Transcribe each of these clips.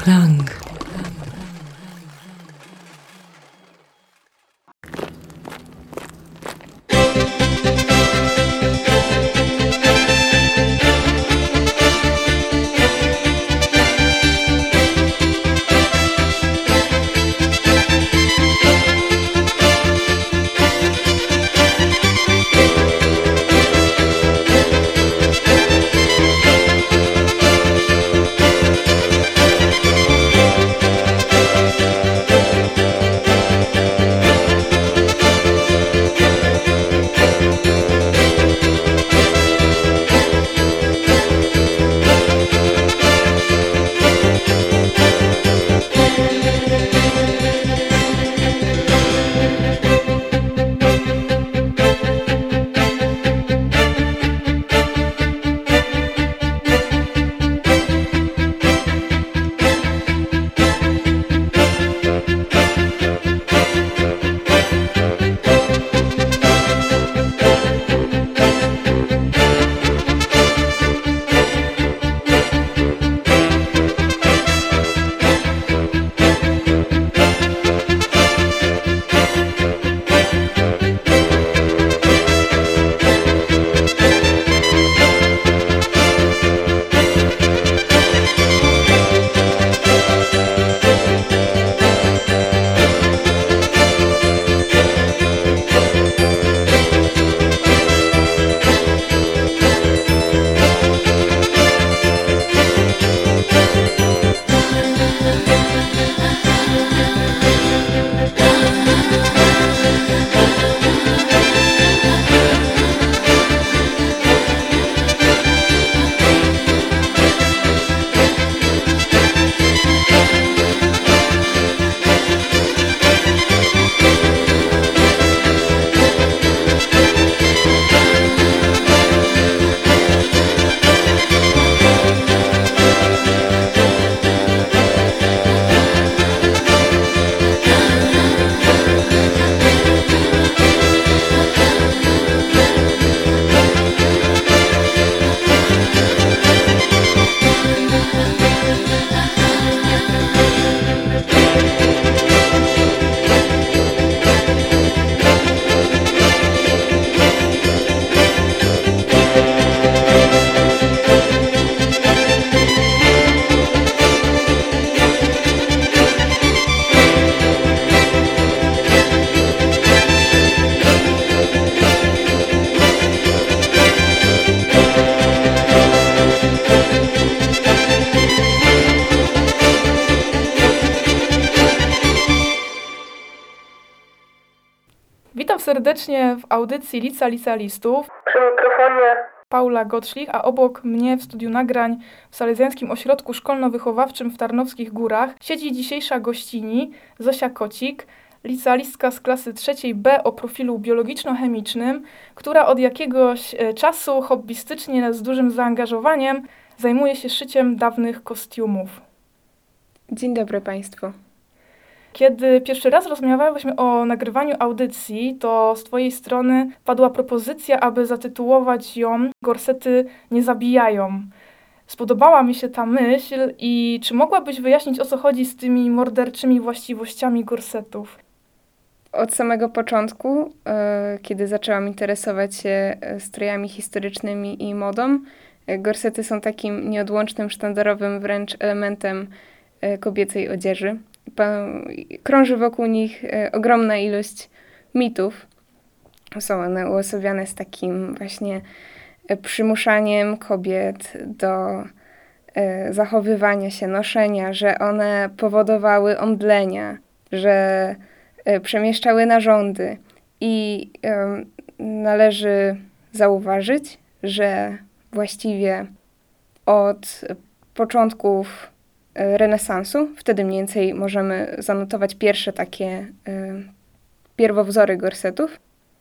Klang. Witam serdecznie w audycji Licealistów. Przy mikrofonie Paula Gottschlich, a obok mnie w studiu nagrań w Salezjańskim Ośrodku Szkolno-Wychowawczym w Tarnowskich Górach siedzi dzisiejsza gościni Zosia Kocik, licealistka z klasy 3B o profilu biologiczno-chemicznym, która od jakiegoś czasu hobbystycznie z dużym zaangażowaniem zajmuje się szyciem dawnych kostiumów. Dzień dobry Państwu. Kiedy pierwszy raz rozmawiałyśmy o nagrywaniu audycji, to z Twojej strony padła propozycja, aby zatytułować ją Gorsety nie zabijają. Spodobała mi się ta myśl i czy mogłabyś wyjaśnić, o co chodzi z tymi morderczymi właściwościami gorsetów? Od samego początku, kiedy zaczęłam interesować się strojami historycznymi i modą, gorsety są takim nieodłącznym, sztandarowym wręcz elementem kobiecej odzieży. Krąży wokół nich ogromna ilość mitów. Są one uosobione z takim właśnie przymuszaniem kobiet do zachowywania się, noszenia, że one powodowały omdlenia, że przemieszczały narządy. I należy zauważyć, że właściwie od początków renesansu, wtedy mniej więcej możemy zanotować pierwsze takie pierwowzory gorsetów,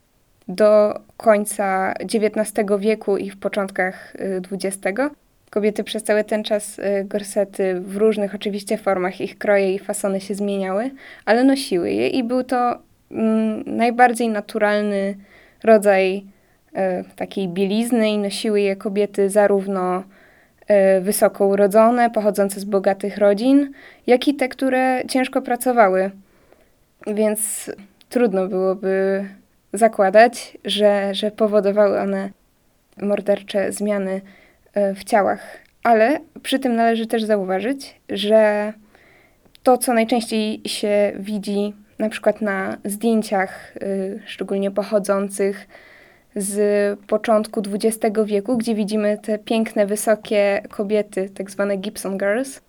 do końca XIX wieku i w początkach XX. Kobiety przez cały ten czas gorsety w różnych oczywiście formach, ich kroje i fasony się zmieniały, ale nosiły je i był to najbardziej naturalny rodzaj takiej bielizny i nosiły je kobiety zarówno wysoko urodzone, pochodzące z bogatych rodzin, jak i te, które ciężko pracowały. Więc trudno byłoby zakładać, że powodowały one mordercze zmiany w ciałach. Ale przy tym należy też zauważyć, że to, co najczęściej się widzi na przykład na zdjęciach, szczególnie pochodzących z początku XX wieku, gdzie widzimy te piękne, wysokie kobiety, tak zwane Gibson Girls,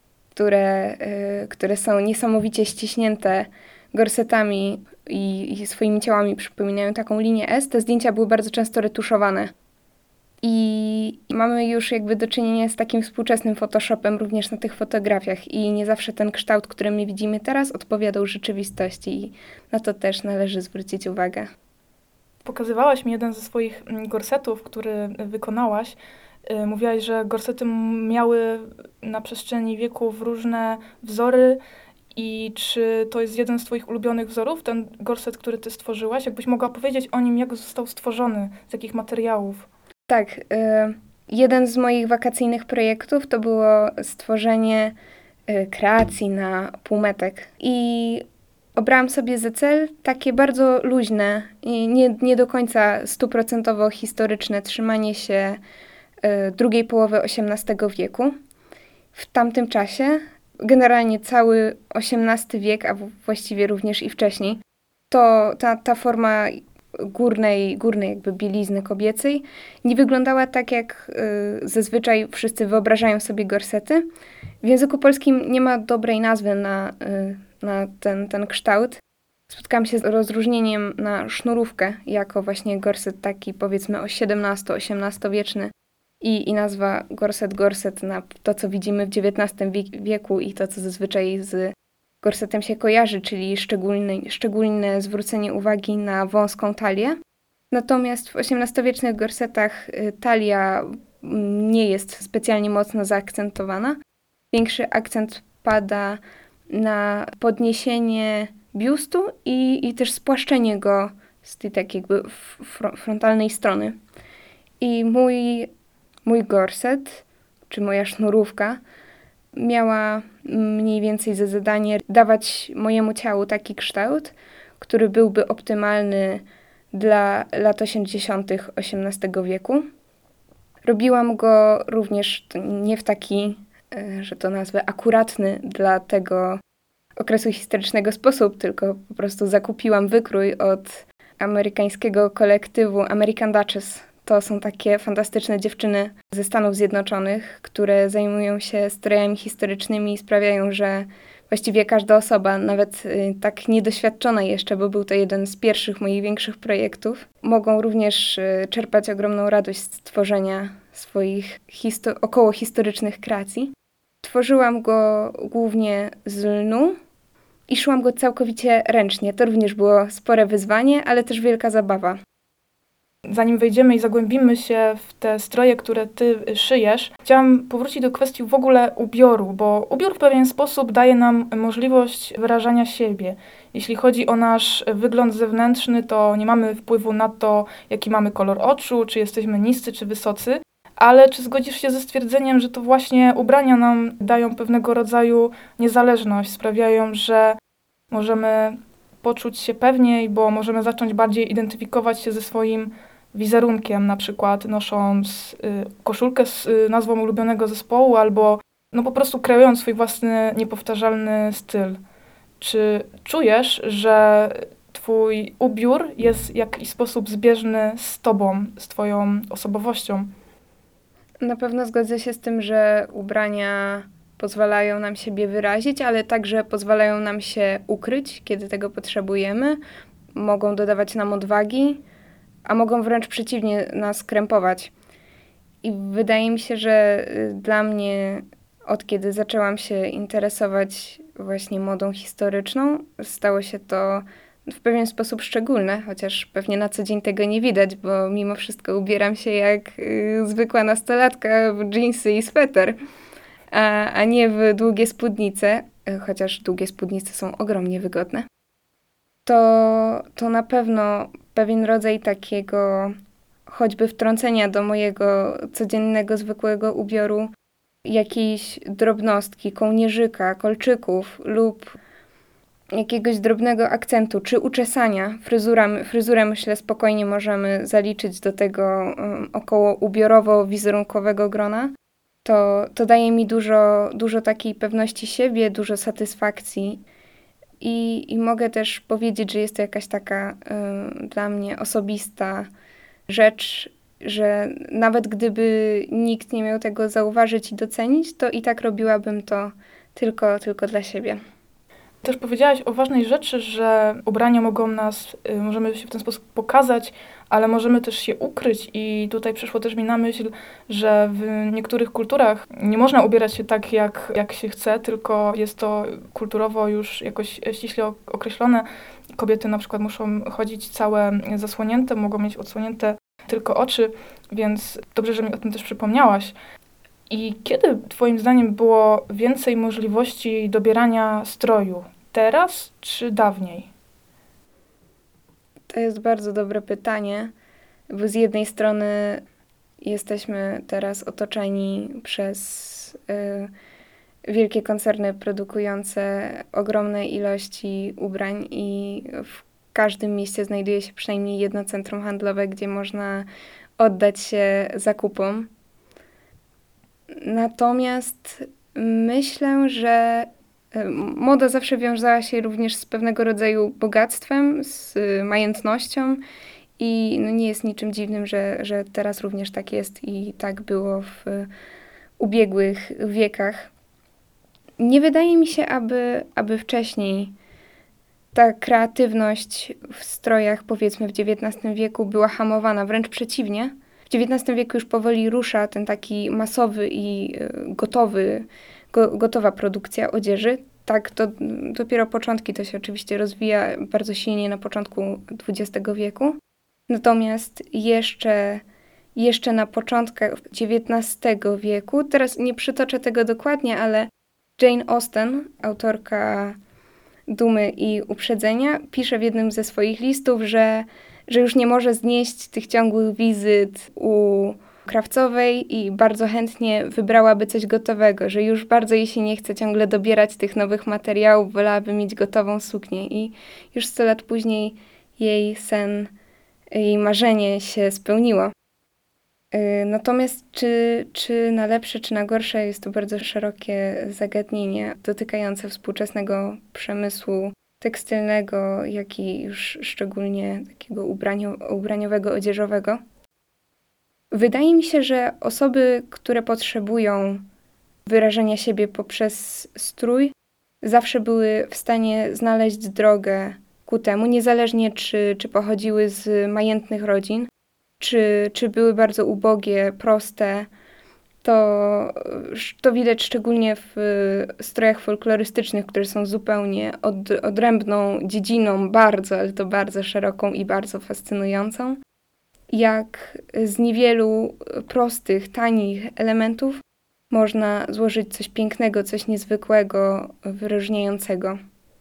które są niesamowicie ściśnięte gorsetami i swoimi ciałami przypominają taką linię S. Te zdjęcia były bardzo często retuszowane. I mamy już jakby do czynienia z takim współczesnym Photoshopem również na tych fotografiach i nie zawsze ten kształt, który my widzimy teraz, odpowiadał rzeczywistości i na to też należy zwrócić uwagę. Pokazywałaś mi jeden ze swoich gorsetów, który wykonałaś. Mówiłaś, że gorsety miały na przestrzeni wieków różne wzory i czy to jest jeden z twoich ulubionych wzorów, ten gorset, który ty stworzyłaś? Jakbyś mogła powiedzieć o nim, jak został stworzony, z jakich materiałów? Tak, jeden z moich wakacyjnych projektów to było stworzenie kreacji na półmetek i obrałam sobie za cel takie bardzo luźne i nie do końca 100% historyczne trzymanie się drugiej połowy XVIII wieku. W tamtym czasie, generalnie cały XVIII wiek, a właściwie również i wcześniej, to ta forma górnej jakby bielizny kobiecej nie wyglądała tak, jak zazwyczaj wszyscy wyobrażają sobie gorsety. W języku polskim nie ma dobrej nazwy na ten kształt. Spotkałam się z rozróżnieniem na sznurówkę jako właśnie gorset taki powiedzmy XVII-XVIII wieczny i nazwa gorset na to, co widzimy w XIX wieku i to, co zazwyczaj z gorsetem się kojarzy, czyli szczególne zwrócenie uwagi na wąską talię. Natomiast w XVIII-wiecznych gorsetach talia nie jest specjalnie mocno zaakcentowana. Większy akcent pada na podniesienie biustu i też spłaszczenie go z tej tak jakby frontalnej strony. I mój gorset, czy moja sznurówka, miała mniej więcej za zadanie dawać mojemu ciału taki kształt, który byłby optymalny dla lat 80. XVIII wieku. Robiłam go również nie w taki, że to nazwę, akuratny dla tego okresu historycznego sposób, tylko po prostu zakupiłam wykrój od amerykańskiego kolektywu American Duchess. To są takie fantastyczne dziewczyny ze Stanów Zjednoczonych, które zajmują się strojami historycznymi i sprawiają, że właściwie każda osoba, nawet tak niedoświadczona jeszcze, bo był to jeden z pierwszych moich większych projektów, mogą również czerpać ogromną radość z tworzenia swoich okołohistorycznych kreacji. Tworzyłam go głównie z lnu i szyłam go całkowicie ręcznie. To również było spore wyzwanie, ale też wielka zabawa. Zanim wejdziemy i zagłębimy się w te stroje, które ty szyjesz, chciałam powrócić do kwestii w ogóle ubioru, bo ubiór w pewien sposób daje nam możliwość wyrażania siebie. Jeśli chodzi o nasz wygląd zewnętrzny, to nie mamy wpływu na to, jaki mamy kolor oczu, czy jesteśmy niscy, czy wysocy, ale czy zgodzisz się ze stwierdzeniem, że to właśnie ubrania nam dają pewnego rodzaju niezależność, sprawiają, że możemy poczuć się pewniej, bo możemy zacząć bardziej identyfikować się ze swoim wizerunkiem, na przykład nosząc koszulkę z nazwą ulubionego zespołu albo po prostu kreując swój własny, niepowtarzalny styl. Czy czujesz, że twój ubiór jest w jakiś sposób zbieżny z tobą, z twoją osobowością? Na pewno zgodzę się z tym, że ubrania pozwalają nam siebie wyrazić, ale także pozwalają nam się ukryć, kiedy tego potrzebujemy. Mogą dodawać nam odwagi, a mogą wręcz przeciwnie nas krępować. I wydaje mi się, że dla mnie, od kiedy zaczęłam się interesować właśnie modą historyczną, stało się to w pewien sposób szczególne, chociaż pewnie na co dzień tego nie widać, bo mimo wszystko ubieram się jak zwykła nastolatka w dżinsy i sweter, a nie w długie spódnice, chociaż długie spódnice są ogromnie wygodne. To na pewno pewien rodzaj takiego choćby wtrącenia do mojego codziennego, zwykłego ubioru jakiejś drobnostki, kołnierzyka, kolczyków lub jakiegoś drobnego akcentu, czy uczesania. Fryzurę, myślę, spokojnie możemy zaliczyć do tego około ubiorowo-wizerunkowego grona. To daje mi dużo takiej pewności siebie, dużo satysfakcji. I mogę też powiedzieć, że jest to jakaś taka dla mnie osobista rzecz, że nawet gdyby nikt nie miał tego zauważyć i docenić, to i tak robiłabym to tylko dla siebie. Też powiedziałaś o ważnej rzeczy, że ubrania mogą nas, możemy się w ten sposób pokazać, ale możemy też się ukryć i tutaj przyszło też mi na myśl, że w niektórych kulturach nie można ubierać się tak, jak się chce, tylko jest to kulturowo już jakoś ściśle określone. Kobiety na przykład muszą chodzić całe zasłonięte, mogą mieć odsłonięte tylko oczy, więc dobrze, że mi o tym też przypomniałaś. I kiedy twoim zdaniem było więcej możliwości dobierania stroju? Teraz czy dawniej? To jest bardzo dobre pytanie, bo z jednej strony jesteśmy teraz otoczeni przez wielkie koncerny produkujące ogromne ilości ubrań i w każdym mieście znajduje się przynajmniej jedno centrum handlowe, gdzie można oddać się zakupom. Natomiast myślę, że moda zawsze wiązała się również z pewnego rodzaju bogactwem, z majętnością i nie jest niczym dziwnym, że teraz również tak jest i tak było w ubiegłych wiekach. Nie wydaje mi się, aby wcześniej ta kreatywność w strojach, powiedzmy w XIX wieku, była hamowana, wręcz przeciwnie. W XIX wieku już powoli rusza ten taki masowy i gotowa produkcja odzieży. Tak, to dopiero początki, to się oczywiście rozwija bardzo silnie na początku XX wieku. Natomiast jeszcze na początkach XIX wieku, teraz nie przytoczę tego dokładnie, ale Jane Austen, autorka Dumy i Uprzedzenia, pisze w jednym ze swoich listów, że już nie może znieść tych ciągłych wizyt u krawcowej i bardzo chętnie wybrałaby coś gotowego, że już bardzo jej się nie chce ciągle dobierać tych nowych materiałów, wolałaby mieć gotową suknię i już 100 lat później jej sen, jej marzenie się spełniło. Natomiast czy na lepsze, czy na gorsze jest to bardzo szerokie zagadnienie dotykające współczesnego przemysłu tekstylnego, jak i już szczególnie takiego ubraniowego, odzieżowego. Wydaje mi się, że osoby, które potrzebują wyrażenia siebie poprzez strój, zawsze były w stanie znaleźć drogę ku temu, niezależnie czy pochodziły z majętnych rodzin, czy były bardzo ubogie, proste. To widać szczególnie w strojach folklorystycznych, które są zupełnie odrębną dziedziną, ale to bardzo szeroką i bardzo fascynującą. Jak z niewielu prostych, tanich elementów można złożyć coś pięknego, coś niezwykłego, wyróżniającego.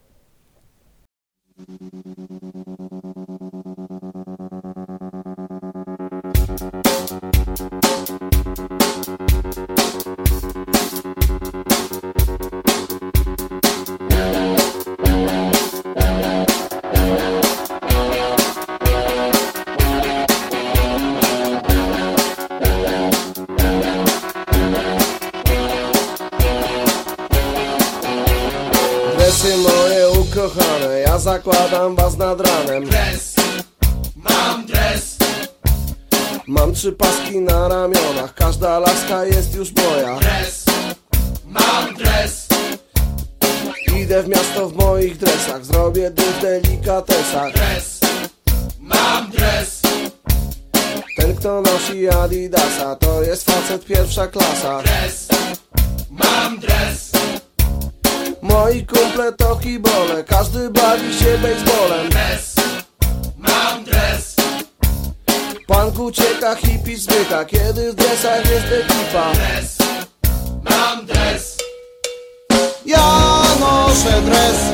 Dresy moje ukochane, ja zakładam was nad ranem. Mam dres. Mam 3 paski na ramionach, każda laska jest już moja. Mam dres. Idę w miasto w moich dresach, zrobię w delikatesach. Mam dres. Ten kto nosi Adidasa, to jest facet pierwsza klasa. Mam dres. Moi kumple to hibole, każdy bawi się baseballem. Mam dres. Punk ucieka, hippie zbyka, kiedy w dresach jest ekipa. Mam dres. Ja noszę dres.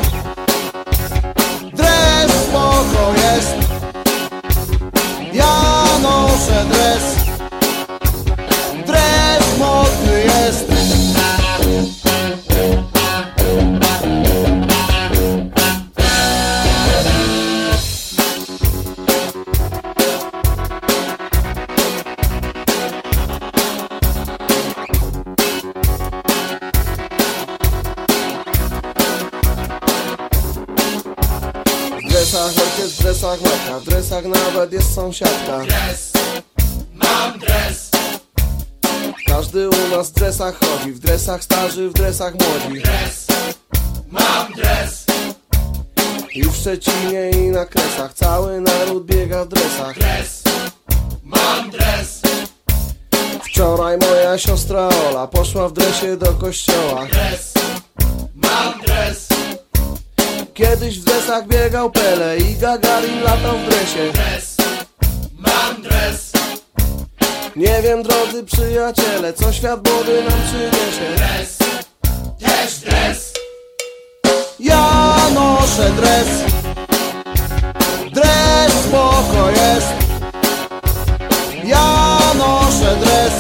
Dres spoko jest. Ja noszę noszę dres. Dres modny jest. W dresach ojciec, w dresach matka, w dresach nawet jest sąsiadka. Dres, mam dres. Każdy u nas w dresach chodzi, w dresach starzy, w dresach młodzi. Dres, mam dres. I w Szczecinie i na Kresach cały naród biega w dresach. Dres, mam dres. Wczoraj moja siostra Ola poszła w dresie do kościoła. Dres, mam dres. Kiedyś w dresach biegał Pele i Gagarin latał w dresie. Dres, mam dres. Nie wiem, drodzy przyjaciele, co świat młody nam przyniesie. Dres, też dres. Ja noszę dres. Dres spoko jest. Ja noszę dres.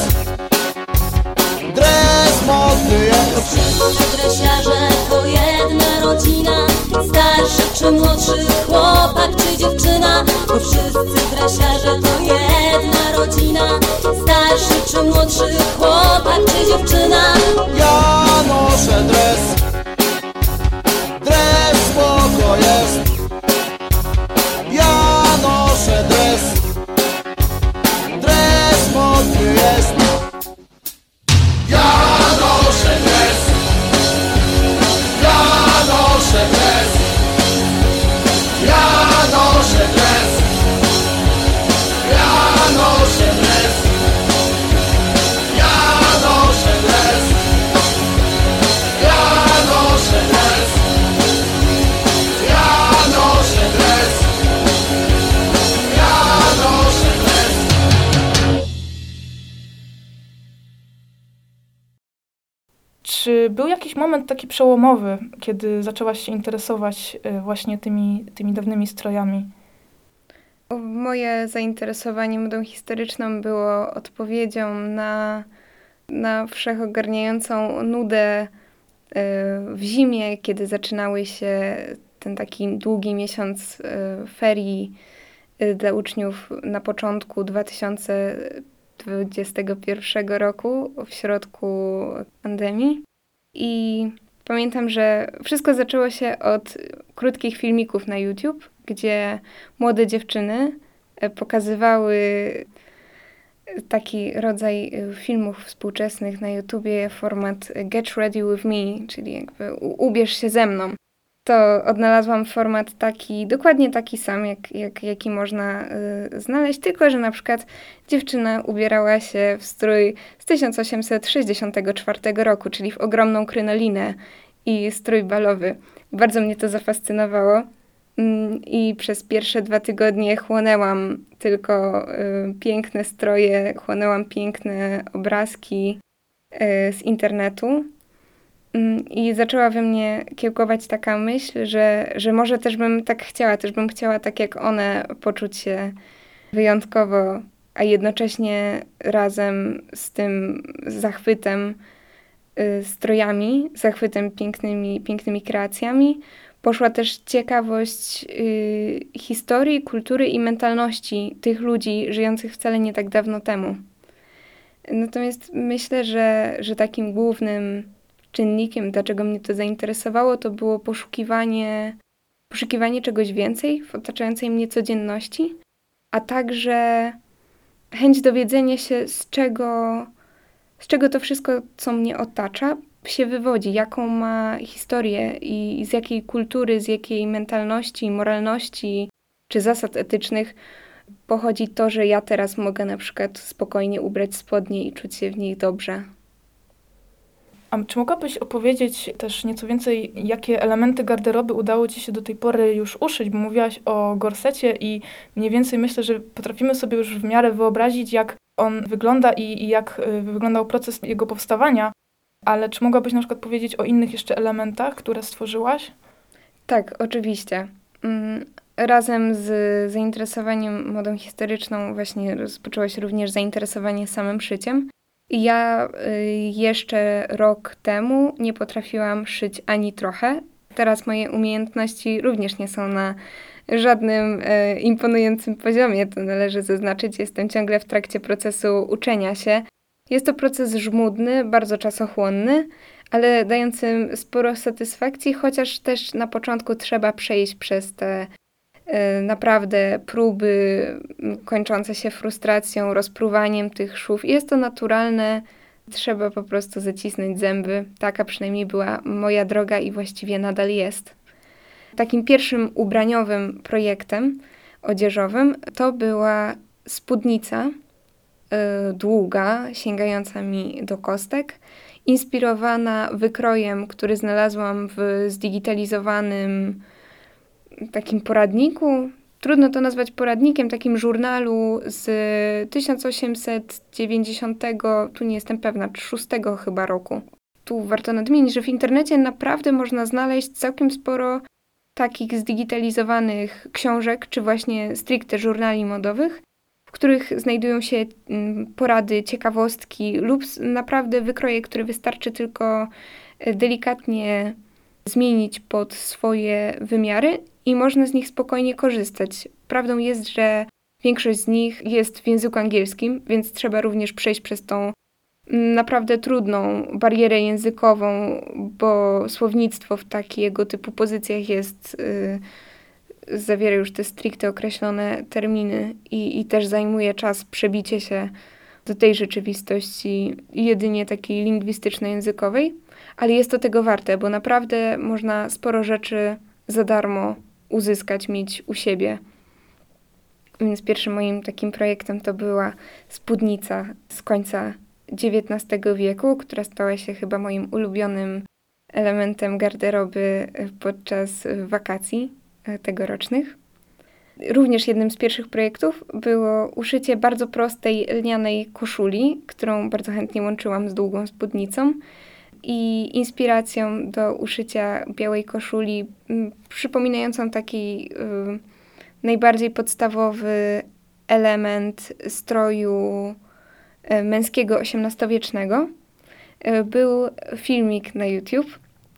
Dres modny jest. Wszyscy dresiarze to jedna rodzina, starszy czy młodszy chłopak czy dziewczyna. Bo wszyscy dresiarze to jedna rodzina, starszy czy młodszy chłopak czy dziewczyna. Ja noszę dres. Dres spoko jest. Ja noszę dres. Dres modny jest. Ja noszę dres. Ja noszę dres. Ja noszę dres. Ja noszę dres. Ja noszę dres. Ja noszę dres. Ja noszę dres. Ja noszę dres. Czy był jakiś moment taki przełomowy, kiedy zaczęłaś się interesować właśnie tymi dawnymi strojami? Moje zainteresowanie modą historyczną było odpowiedzią na wszechogarniającą nudę w zimie, kiedy zaczynały się ten taki długi miesiąc ferii dla uczniów na początku 2021 roku, w środku pandemii. I pamiętam, że wszystko zaczęło się od krótkich filmików na YouTube, gdzie młode dziewczyny pokazywały taki rodzaj filmów współczesnych na YouTubie, format Get Ready With Me, czyli jakby ubierz się ze mną. To odnalazłam format taki, dokładnie taki sam, jaki można znaleźć, tylko że na przykład dziewczyna ubierała się w strój z 1864 roku, czyli w ogromną krynolinę i strój balowy. Bardzo mnie to zafascynowało i przez pierwsze 2 tygodnie chłonęłam tylko piękne stroje, chłonęłam piękne obrazki z internetu. I zaczęła we mnie kiełkować taka myśl, że może też bym tak chciała, tak jak one poczuć się wyjątkowo, a jednocześnie razem z tym zachwytem strojami, zachwytem pięknymi kreacjami, poszła też ciekawość historii, kultury i mentalności tych ludzi żyjących wcale nie tak dawno temu. Natomiast myślę, że takim głównym czynnikiem, dlaczego mnie to zainteresowało, to było poszukiwanie czegoś więcej w otaczającej mnie codzienności, a także chęć dowiedzenia się, z czego to wszystko, co mnie otacza, się wywodzi, jaką ma historię i z jakiej kultury, z jakiej mentalności, moralności czy zasad etycznych pochodzi to, że ja teraz mogę na przykład spokojnie ubrać spodnie i czuć się w nich dobrze. A czy mogłabyś opowiedzieć też nieco więcej, jakie elementy garderoby udało ci się do tej pory już uszyć? Bo mówiłaś o gorsecie i mniej więcej myślę, że potrafimy sobie już w miarę wyobrazić, jak on wygląda i jak wyglądał proces jego powstawania. Ale czy mogłabyś na przykład powiedzieć o innych jeszcze elementach, które stworzyłaś? Tak, oczywiście. Razem z zainteresowaniem modą historyczną właśnie rozpoczęło się również zainteresowanie samym szyciem. Ja jeszcze rok temu nie potrafiłam szyć ani trochę. Teraz moje umiejętności również nie są na żadnym imponującym poziomie, to należy zaznaczyć. Jestem ciągle w trakcie procesu uczenia się. Jest to proces żmudny, bardzo czasochłonny, ale dający sporo satysfakcji, chociaż też na początku trzeba przejść przez te naprawdę próby kończące się frustracją, rozpruwaniem tych szwów. Jest to naturalne, trzeba po prostu zacisnąć zęby. Taka przynajmniej była moja droga i właściwie nadal jest. Takim pierwszym ubraniowym projektem odzieżowym to była spódnica długa, sięgająca mi do kostek, inspirowana wykrojem, który znalazłam w zdigitalizowanym takim poradniku. Trudno to nazwać poradnikiem, takim żurnalu z 1890, tu nie jestem pewna, 6 chyba roku. Tu warto nadmienić, że w internecie naprawdę można znaleźć całkiem sporo takich zdigitalizowanych książek, czy właśnie stricte żurnali modowych, w których znajdują się porady, ciekawostki lub naprawdę wykroje, które wystarczy tylko delikatnie zmienić pod swoje wymiary i można z nich spokojnie korzystać. Prawdą jest, że większość z nich jest w języku angielskim, więc trzeba również przejść przez tą naprawdę trudną barierę językową, bo słownictwo w takiego typu pozycjach zawiera już te stricte określone terminy i też zajmuje czas przebicie się do tej rzeczywistości jedynie takiej lingwistyczno-językowej, ale jest to tego warte, bo naprawdę można sporo rzeczy za darmo uzyskać, mieć u siebie. Więc pierwszym moim takim projektem to była spódnica z końca XIX wieku, która stała się chyba moim ulubionym elementem garderoby podczas wakacji tegorocznych. Również jednym z pierwszych projektów było uszycie bardzo prostej lnianej koszuli, którą bardzo chętnie łączyłam z długą spódnicą. I inspiracją do uszycia białej koszuli, przypominającą taki najbardziej podstawowy element stroju męskiego XVIII-wiecznego, był filmik na YouTube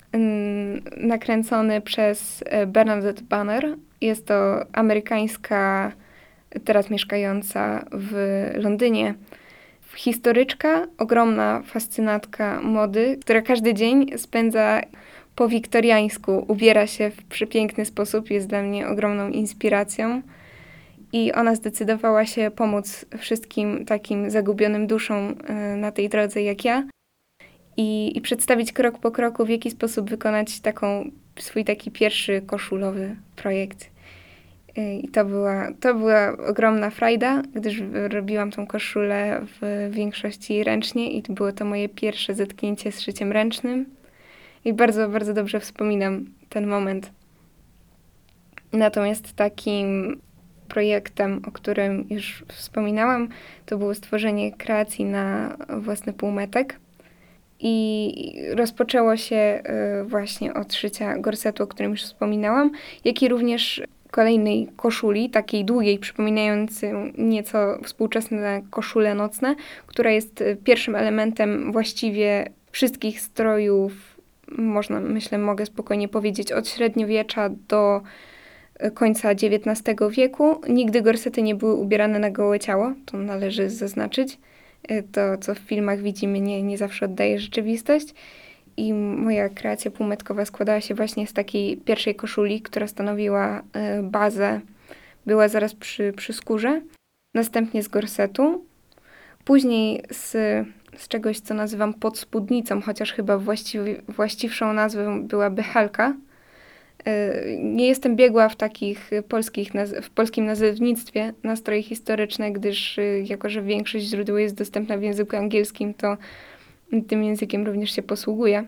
nakręcony przez Bernadette Banner. Jest to amerykańska, teraz mieszkająca w Londynie, historyczka, ogromna fascynatka mody, która każdy dzień spędza po wiktoriańsku, ubiera się w przepiękny sposób, jest dla mnie ogromną inspiracją. I ona zdecydowała się pomóc wszystkim takim zagubionym duszom na tej drodze jak ja i przedstawić krok po kroku, w jaki sposób wykonać swój taki pierwszy koszulowy projekt. I to była ogromna frajda, gdyż robiłam tą koszulę w większości ręcznie i było to moje pierwsze zetknięcie z szyciem ręcznym. I bardzo, bardzo dobrze wspominam ten moment. Natomiast takim projektem, o którym już wspominałam, to było stworzenie kreacji na własny półmetek. I rozpoczęło się właśnie od szycia gorsetu, o którym już wspominałam, jak i również kolejnej koszuli, takiej długiej, przypominającej nieco współczesne koszule nocne, która jest pierwszym elementem właściwie wszystkich strojów, mogę spokojnie powiedzieć, od średniowiecza do końca XIX wieku. Nigdy gorsety nie były ubierane na gołe ciało, to należy zaznaczyć. To, co w filmach widzimy, nie zawsze oddaje rzeczywistość. I moja kreacja półmetkowa składała się właśnie z takiej pierwszej koszuli, która stanowiła bazę, była zaraz przy skórze, następnie z gorsetu, później z czegoś, co nazywam podspódnicą, chociaż chyba właściwszą nazwą byłaby halka. Nie jestem biegła w takich w polskim nazewnictwie na stroje historyczne, gdyż jako, że większość źródeł jest dostępna w języku angielskim, to tym językiem również się posługuję.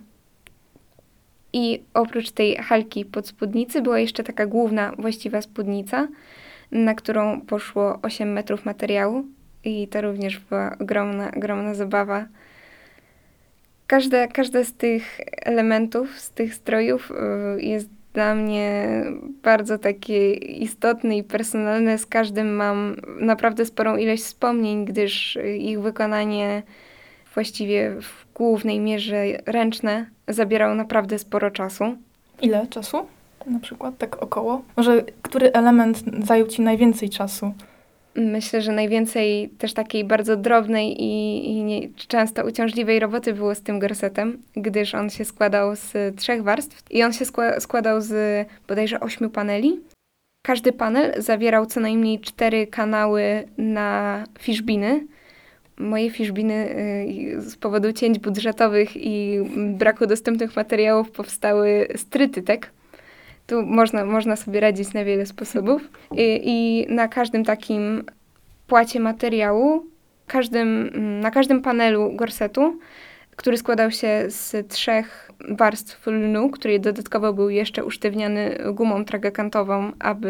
I oprócz tej halki pod spódnicy była jeszcze taka główna, właściwa spódnica, na którą poszło 8 metrów materiału i to również była ogromna zabawa. Każda z tych elementów, z tych strojów jest dla mnie bardzo takie istotne i personalne. Z każdym mam naprawdę sporą ilość wspomnień, gdyż ich wykonanie właściwie w głównej mierze ręczne zabierało naprawdę sporo czasu. Ile czasu? Na przykład, tak około? Może który element zajął ci najwięcej czasu? Myślę, że najwięcej też takiej bardzo drobnej i często uciążliwej roboty było z tym gorsetem, gdyż on się składał z 3 warstw i on się składał z bodajże 8 paneli. Każdy panel zawierał co najmniej 4 kanały na fiszbiny. Moje fiszbiny z powodu cięć budżetowych i braku dostępnych materiałów powstały z trytytek. Tu można sobie radzić na wiele sposobów. I na każdym takim płacie materiału, na każdym panelu gorsetu, który składał się z 3 warstw lnu, który dodatkowo był jeszcze usztywniany gumą tragekantową,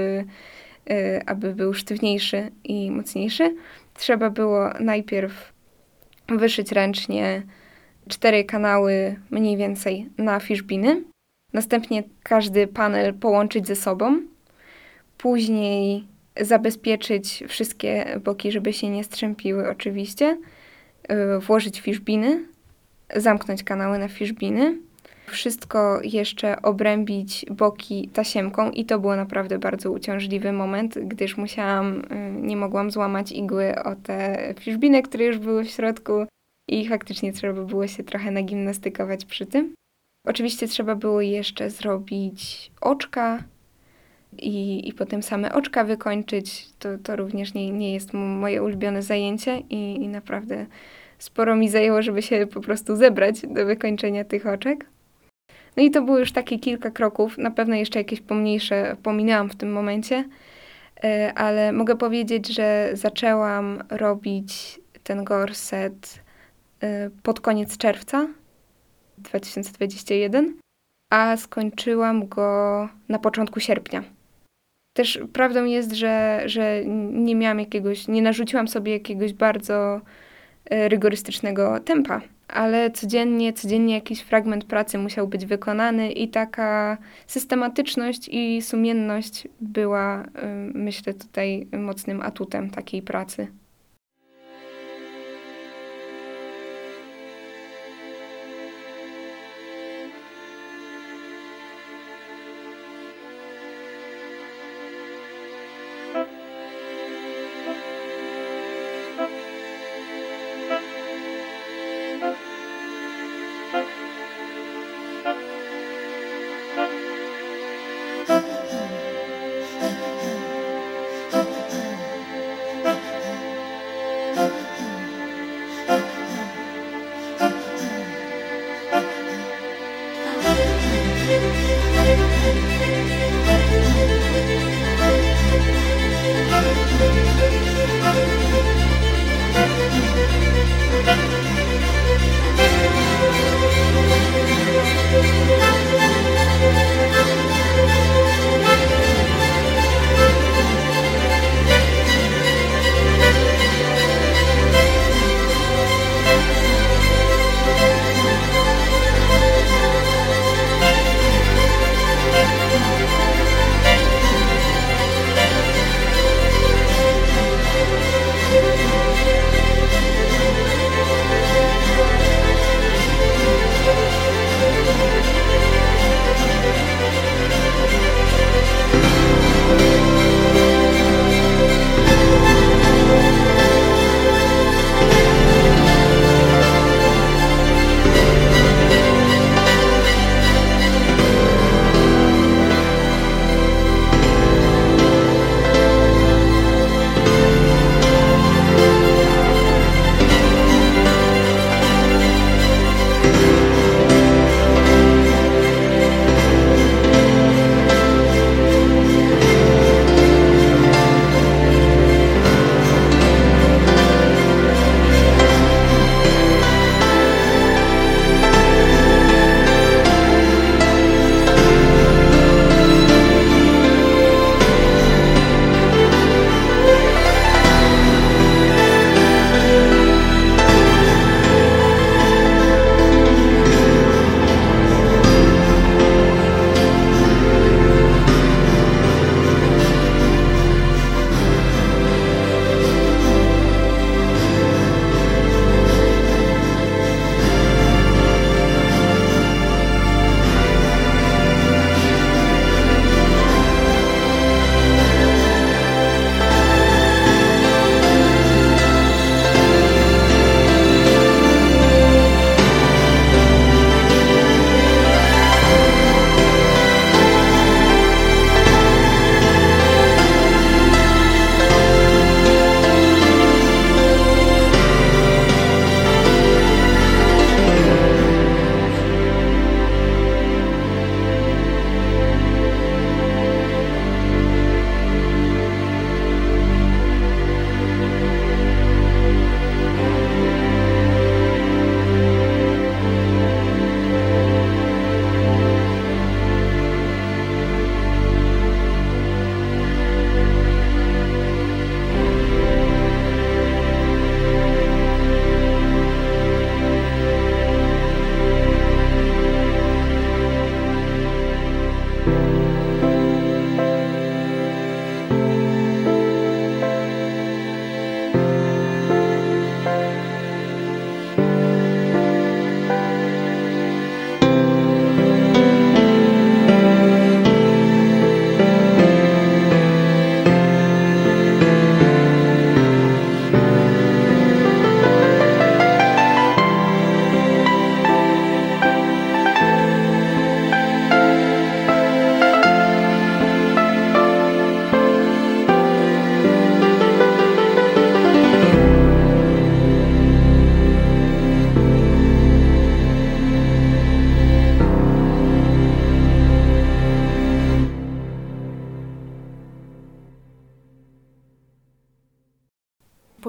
aby był sztywniejszy i mocniejszy, trzeba było najpierw wyszyć ręcznie 4 kanały mniej więcej na fiszbiny. Następnie każdy panel połączyć ze sobą. Później zabezpieczyć wszystkie boki, żeby się nie strzępiły oczywiście. Włożyć fiszbiny. Zamknąć kanały na fiszbiny. Wszystko jeszcze obrębić boki tasiemką i to było naprawdę bardzo uciążliwy moment, gdyż nie mogłam złamać igły o te fiszbiny, które już były w środku i faktycznie trzeba było się trochę nagimnastykować przy tym. Oczywiście trzeba było jeszcze zrobić oczka i potem same oczka wykończyć. To również nie jest moje ulubione zajęcie i naprawdę sporo mi zajęło, żeby się po prostu zebrać do wykończenia tych oczek. No i to było już takie kilka kroków. Na pewno jeszcze jakieś pomniejsze pominęłam w tym momencie, ale mogę powiedzieć, że zaczęłam robić ten gorset pod koniec czerwca 2021, a skończyłam go na początku sierpnia. Też prawdą jest, że nie narzuciłam sobie jakiegoś bardzo rygorystycznego tempa, ale codziennie jakiś fragment pracy musiał być wykonany i taka systematyczność i sumienność była, myślę, tutaj mocnym atutem takiej pracy.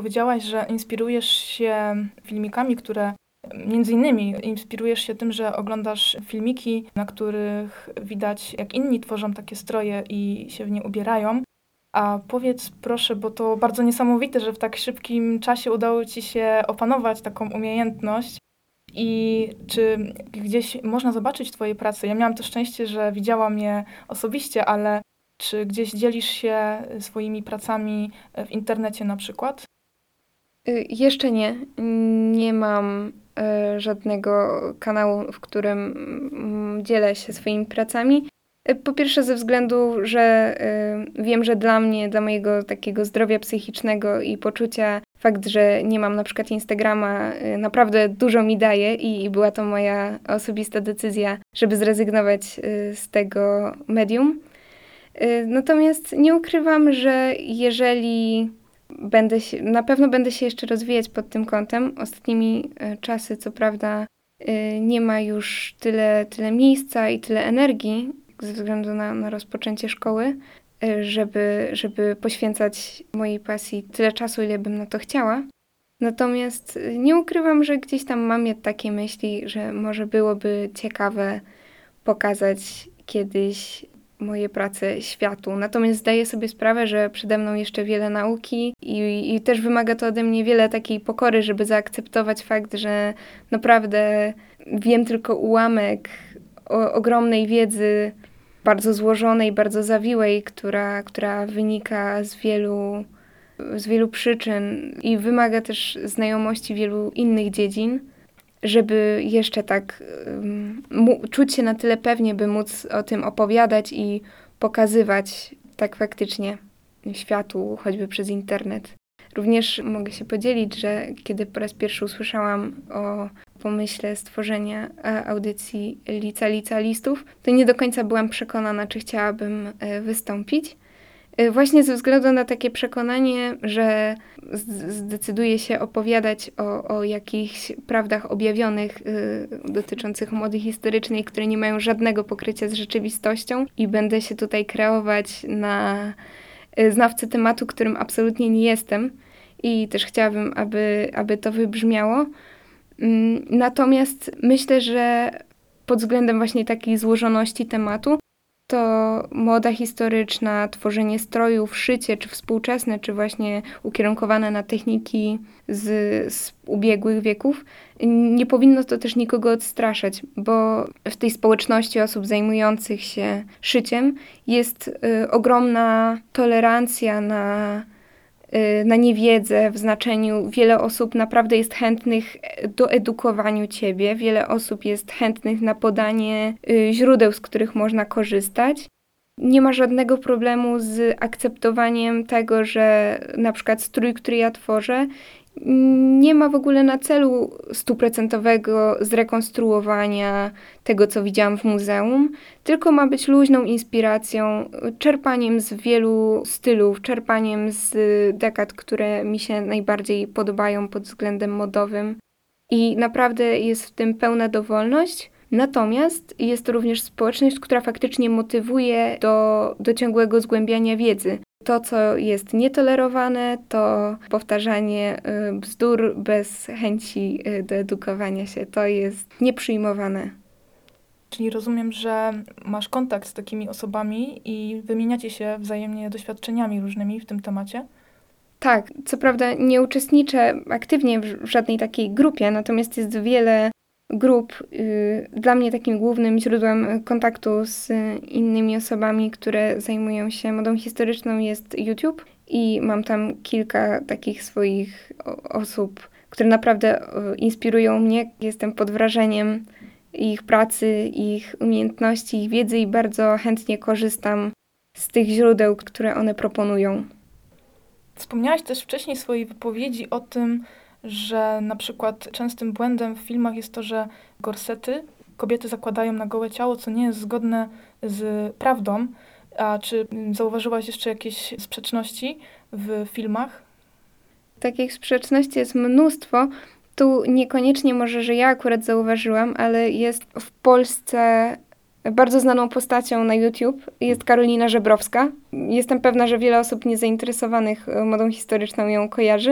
powiedziałaś, że inspirujesz się filmikami, między innymi inspirujesz się tym, że oglądasz filmiki, na których widać, jak inni tworzą takie stroje i się w nie ubierają. A powiedz proszę, bo to bardzo niesamowite, że w tak szybkim czasie udało ci się opanować taką umiejętność. I czy gdzieś można zobaczyć twoje prace? Ja miałam to szczęście, że widziałam je osobiście, ale czy gdzieś dzielisz się swoimi pracami w internecie na przykład? Jeszcze nie. Nie mam żadnego kanału, w którym dzielę się swoimi pracami. Po pierwsze ze względu, że wiem, że dla mnie, dla mojego takiego zdrowia psychicznego i poczucia, fakt, że nie mam na przykład Instagrama, naprawdę dużo mi daje i była to moja osobista decyzja, żeby zrezygnować z tego medium. Natomiast nie ukrywam, że jeżeli na pewno będę się jeszcze rozwijać pod tym kątem. Ostatnimi czasy, co prawda, nie ma już tyle miejsca i tyle energii ze względu na rozpoczęcie szkoły, żeby poświęcać mojej pasji tyle czasu, ile bym na to chciała. Natomiast nie ukrywam, że gdzieś tam mam takie myśli, że może byłoby ciekawe pokazać kiedyś moje prace światu. Natomiast zdaję sobie sprawę, że przede mną jeszcze wiele nauki i też wymaga to ode mnie wiele takiej pokory, żeby zaakceptować fakt, że naprawdę wiem tylko ułamek ogromnej wiedzy, bardzo złożonej, bardzo zawiłej, która wynika z wielu przyczyn i wymaga też znajomości wielu innych dziedzin, żeby jeszcze tak czuć się na tyle pewnie, by móc o tym opowiadać i pokazywać tak faktycznie światu, choćby przez internet. Również mogę się podzielić, że kiedy po raz pierwszy usłyszałam o pomyśle stworzenia audycji licealistów, to nie do końca byłam przekonana, czy chciałabym wystąpić. Właśnie ze względu na takie przekonanie, że zdecyduję się opowiadać o jakichś prawdach objawionych dotyczących mody historycznej, które nie mają żadnego pokrycia z rzeczywistością i będę się tutaj kreować na znawcę tematu, którym absolutnie nie jestem i też chciałabym, aby to wybrzmiało. Natomiast myślę, że pod względem właśnie takiej złożoności tematu, to moda historyczna, tworzenie strojów, szycie, czy współczesne, czy właśnie ukierunkowane na techniki z ubiegłych wieków, nie powinno to też nikogo odstraszać, bo w tej społeczności osób zajmujących się szyciem jest ogromna tolerancja na niewiedzę, w znaczeniu wiele osób naprawdę jest chętnych do edukowania ciebie, wiele osób jest chętnych na podanie źródeł, z których można korzystać. Nie ma żadnego problemu z akceptowaniem tego, że na przykład strój, który ja tworzę, nie ma w ogóle na celu 100% zrekonstruowania tego, co widziałam w muzeum, tylko ma być luźną inspiracją, czerpaniem z wielu stylów, czerpaniem z dekad, które mi się najbardziej podobają pod względem modowym. I naprawdę jest w tym pełna dowolność. Natomiast jest to również społeczność, która faktycznie motywuje do ciągłego zgłębiania wiedzy. To, co jest nietolerowane, to powtarzanie bzdur bez chęci do edukowania się. To jest nieprzyjmowane. Czyli rozumiem, że masz kontakt z takimi osobami i wymieniacie się wzajemnie doświadczeniami różnymi w tym temacie? Tak, co prawda nie uczestniczę aktywnie w żadnej takiej grupie, natomiast jest wiele grup. Dla mnie takim głównym źródłem kontaktu z innymi osobami, które zajmują się modą historyczną, jest YouTube i mam tam kilka takich swoich osób, które naprawdę inspirują mnie. Jestem pod wrażeniem ich pracy, ich umiejętności, ich wiedzy i bardzo chętnie korzystam z tych źródeł, które one proponują. Wspomniałaś też wcześniej w swojej wypowiedzi o tym, że na przykład częstym błędem w filmach jest to, że gorsety kobiety zakładają na gołe ciało, co nie jest zgodne z prawdą. A czy zauważyłaś jeszcze jakieś sprzeczności w filmach? Takich sprzeczności jest mnóstwo. Tu niekoniecznie może, że ja akurat zauważyłam, ale jest w Polsce bardzo znaną postacią na YouTube jest Karolina Żebrowska. Jestem pewna, że wiele osób niezainteresowanych modą historyczną ją kojarzy.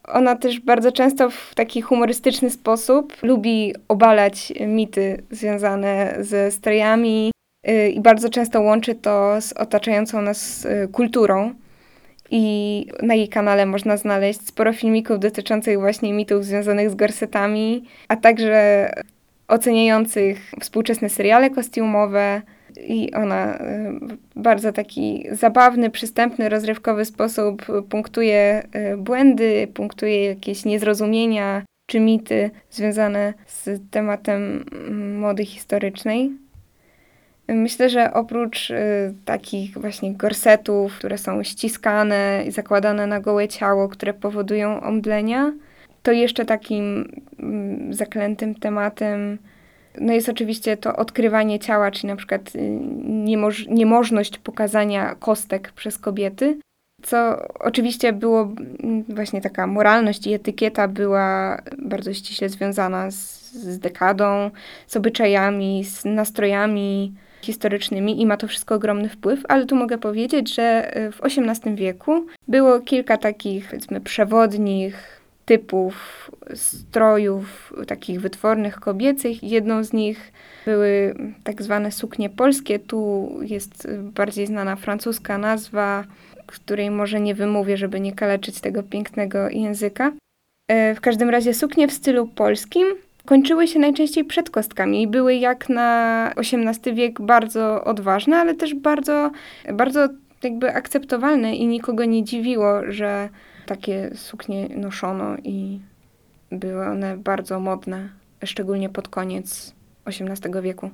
Ona też bardzo często w taki humorystyczny sposób lubi obalać mity związane ze strojami i bardzo często łączy to z otaczającą nas kulturą. I na jej kanale można znaleźć sporo filmików dotyczących właśnie mitów związanych z gorsetami, a także oceniających współczesne seriale kostiumowe. I ona w bardzo taki zabawny, przystępny, rozrywkowy sposób punktuje błędy, punktuje jakieś niezrozumienia czy mity związane z tematem mody historycznej. Myślę, że oprócz takich właśnie gorsetów, które są ściskane i zakładane na gołe ciało, które powodują omdlenia, to jeszcze takim zaklętym tematem jest oczywiście to odkrywanie ciała, czyli na przykład niemożność pokazania kostek przez kobiety, co oczywiście było właśnie taka moralność i etykieta była bardzo ściśle związana z dekadą, z obyczajami, z nastrojami historycznymi i ma to wszystko ogromny wpływ, ale tu mogę powiedzieć, że w XVIII wieku było kilka takich, powiedzmy, przewodnich typów strojów takich wytwornych kobiecych. Jedną z nich były tak zwane suknie polskie. Tu jest bardziej znana francuska nazwa, której może nie wymówię, żeby nie kaleczyć tego pięknego języka. W każdym razie suknie w stylu polskim kończyły się najczęściej przed kostkami i były jak na XVIII wiek bardzo odważne, ale też bardzo, bardzo jakby akceptowalne i nikogo nie dziwiło, że takie suknie noszono i były one bardzo modne, szczególnie pod koniec XVIII wieku.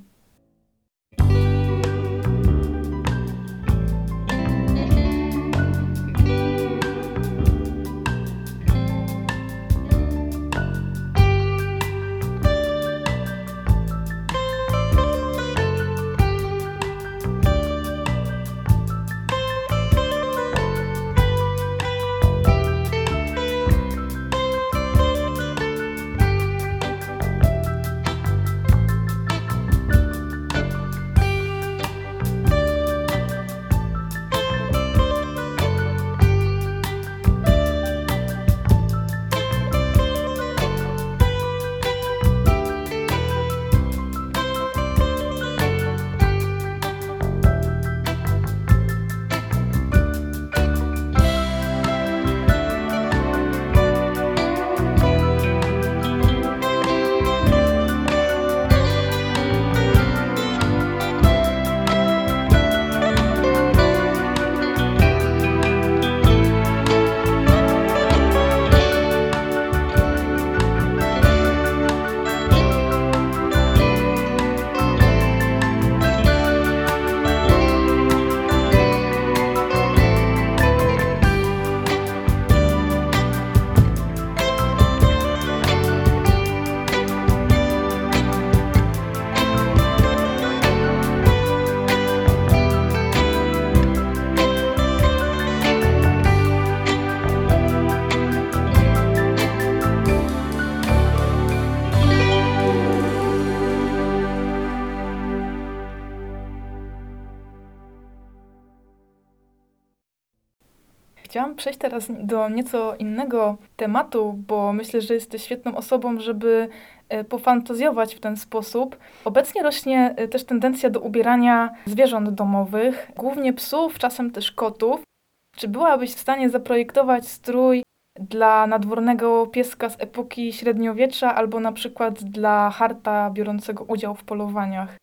Chciałam przejść teraz do nieco innego tematu, bo myślę, że jesteś świetną osobą, żeby pofantazjować w ten sposób. Obecnie rośnie też tendencja do ubierania zwierząt domowych, głównie psów, czasem też kotów. Czy byłabyś w stanie zaprojektować strój dla nadwornego pieska z epoki średniowiecza albo na przykład dla harta biorącego udział w polowaniach?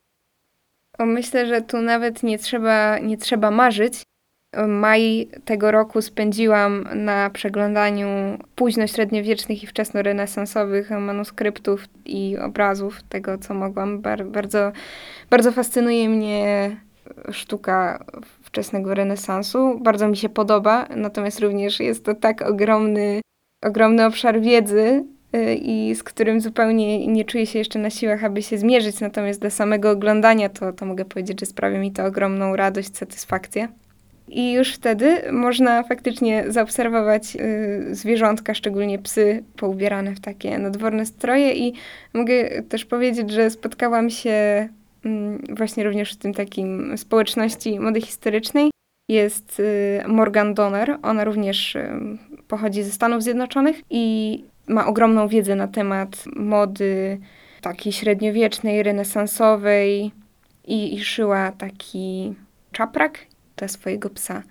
Myślę, że tu nawet nie trzeba marzyć. Maj tego roku spędziłam na przeglądaniu późno-średniowiecznych i wczesnorenesansowych manuskryptów i obrazów, tego co mogłam. Bardzo, bardzo fascynuje mnie sztuka wczesnego renesansu. Bardzo mi się podoba, natomiast również jest to tak ogromny obszar wiedzy i z którym zupełnie nie czuję się jeszcze na siłach, aby się zmierzyć. Natomiast dla samego oglądania to mogę powiedzieć, że sprawia mi to ogromną radość, satysfakcję. I już wtedy można faktycznie zaobserwować zwierzątka, szczególnie psy, poubierane w takie nadworne stroje. I mogę też powiedzieć, że spotkałam się właśnie również w tym takim społeczności mody historycznej. Jest Morgan Donner. Ona również pochodzi ze Stanów Zjednoczonych i ma ogromną wiedzę na temat mody takiej średniowiecznej, renesansowej i szyła taki czaprak dla swojego psa.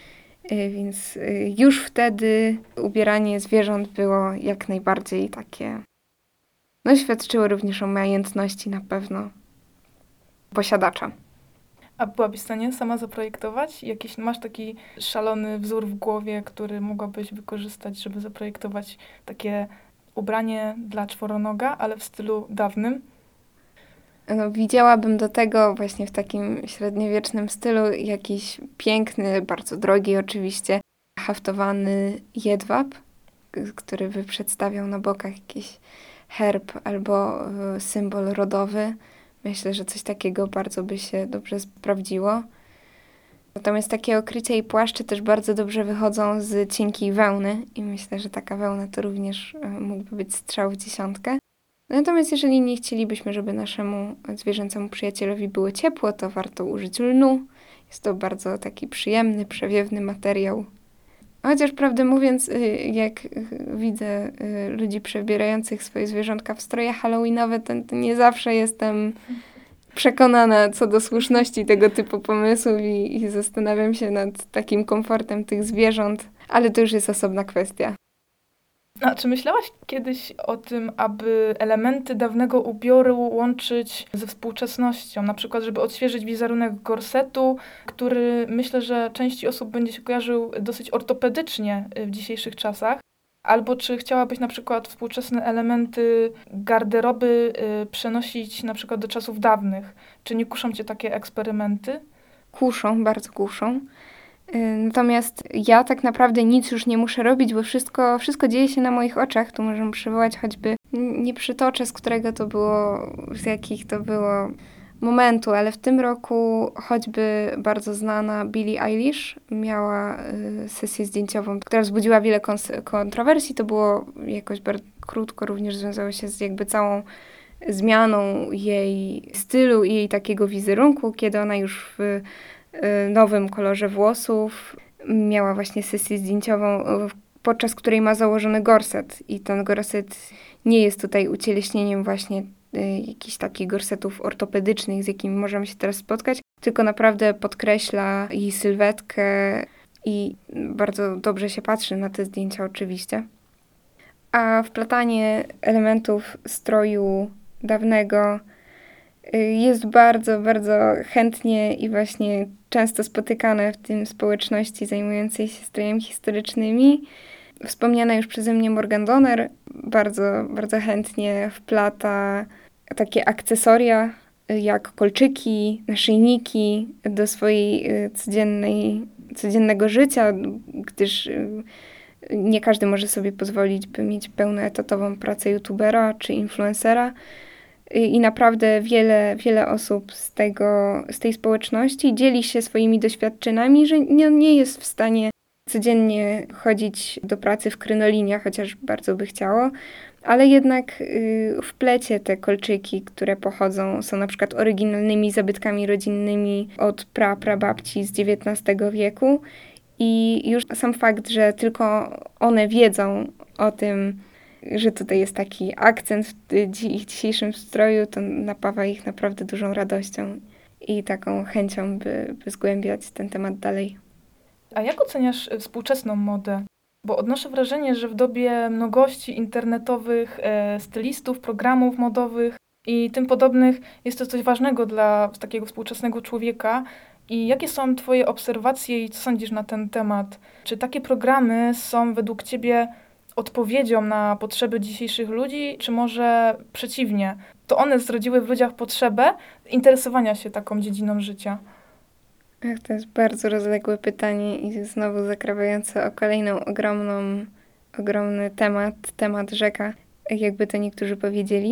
Więc już wtedy ubieranie zwierząt było jak najbardziej takie, no świadczyło również o majętności na pewno posiadacza. A byłabyś w stanie sama zaprojektować? Masz taki szalony wzór w głowie, który mogłabyś wykorzystać, żeby zaprojektować takie ubranie dla czworonoga, ale w stylu dawnym? No, widziałabym do tego właśnie w takim średniowiecznym stylu jakiś piękny, bardzo drogi oczywiście, haftowany jedwab, który by przedstawiał na bokach jakiś herb albo symbol rodowy. Myślę, że coś takiego bardzo by się dobrze sprawdziło. Natomiast takie okrycia i płaszcze też bardzo dobrze wychodzą z cienkiej wełny i myślę, że taka wełna to również mógłby być strzał w dziesiątkę. Natomiast jeżeli nie chcielibyśmy, żeby naszemu zwierzęcemu przyjacielowi było ciepło, to warto użyć lnu. Jest to bardzo taki przyjemny, przewiewny materiał. Chociaż prawdę mówiąc, jak widzę ludzi przebierających swoje zwierzątka w stroje halloweenowe, to nie zawsze jestem przekonana co do słuszności tego typu pomysłów i zastanawiam się nad takim komfortem tych zwierząt, ale to już jest osobna kwestia. A czy myślałaś kiedyś o tym, aby elementy dawnego ubioru łączyć ze współczesnością? Na przykład, żeby odświeżyć wizerunek gorsetu, który myślę, że części osób będzie się kojarzył dosyć ortopedycznie w dzisiejszych czasach. Albo czy chciałabyś na przykład współczesne elementy garderoby przenosić na przykład do czasów dawnych? Czy nie kuszą cię takie eksperymenty? Kuszą, bardzo kuszą. Natomiast ja tak naprawdę nic już nie muszę robić, bo wszystko dzieje się na moich oczach. Tu możemy przywołać choćby, nie przytoczę z którego to było, z jakich to było momentu, ale w tym roku choćby bardzo znana Billie Eilish miała sesję zdjęciową, która wzbudziła wiele kontrowersji. To było jakoś bardzo krótko, również związało się z jakby całą zmianą jej stylu i jej takiego wizerunku, kiedy ona już w nowym kolorze włosów miała właśnie sesję zdjęciową, podczas której ma założony gorset i ten gorset nie jest tutaj ucieleśnieniem właśnie jakichś takich gorsetów ortopedycznych, z jakimi możemy się teraz spotkać, tylko naprawdę podkreśla jej sylwetkę i bardzo dobrze się patrzy na te zdjęcia oczywiście. A wplatanie elementów stroju dawnego jest bardzo, bardzo chętnie i właśnie często spotykane w tym społeczności zajmującej się strojami historycznymi. Wspomniana już przeze mnie Morgan Donner bardzo, bardzo chętnie wplata takie akcesoria jak kolczyki, naszyjniki do swojej codziennego życia, gdyż nie każdy może sobie pozwolić, by mieć pełnoetatową pracę youtubera czy influencera. I naprawdę wiele osób z tej społeczności dzieli się swoimi doświadczeniami, że nie jest w stanie codziennie chodzić do pracy w krynolinie, chociaż bardzo by chciało, ale jednak wplecie te kolczyki, które są na przykład oryginalnymi zabytkami rodzinnymi od prababci z XIX wieku i już sam fakt, że tylko one wiedzą o tym, że tutaj jest taki akcent w ich dzisiejszym stroju, to napawa ich naprawdę dużą radością i taką chęcią, by zgłębiać ten temat dalej. A jak oceniasz współczesną modę? Bo odnoszę wrażenie, że w dobie mnogości internetowych stylistów, programów modowych i tym podobnych jest to coś ważnego dla takiego współczesnego człowieka. I jakie są twoje obserwacje i co sądzisz na ten temat? Czy takie programy są według ciebie odpowiedzią na potrzeby dzisiejszych ludzi, czy może przeciwnie? To one zrodziły w ludziach potrzebę interesowania się taką dziedziną życia. Ach, to jest bardzo rozległe pytanie i znowu zakrawające o kolejną ogromny temat rzeka, jakby to niektórzy powiedzieli.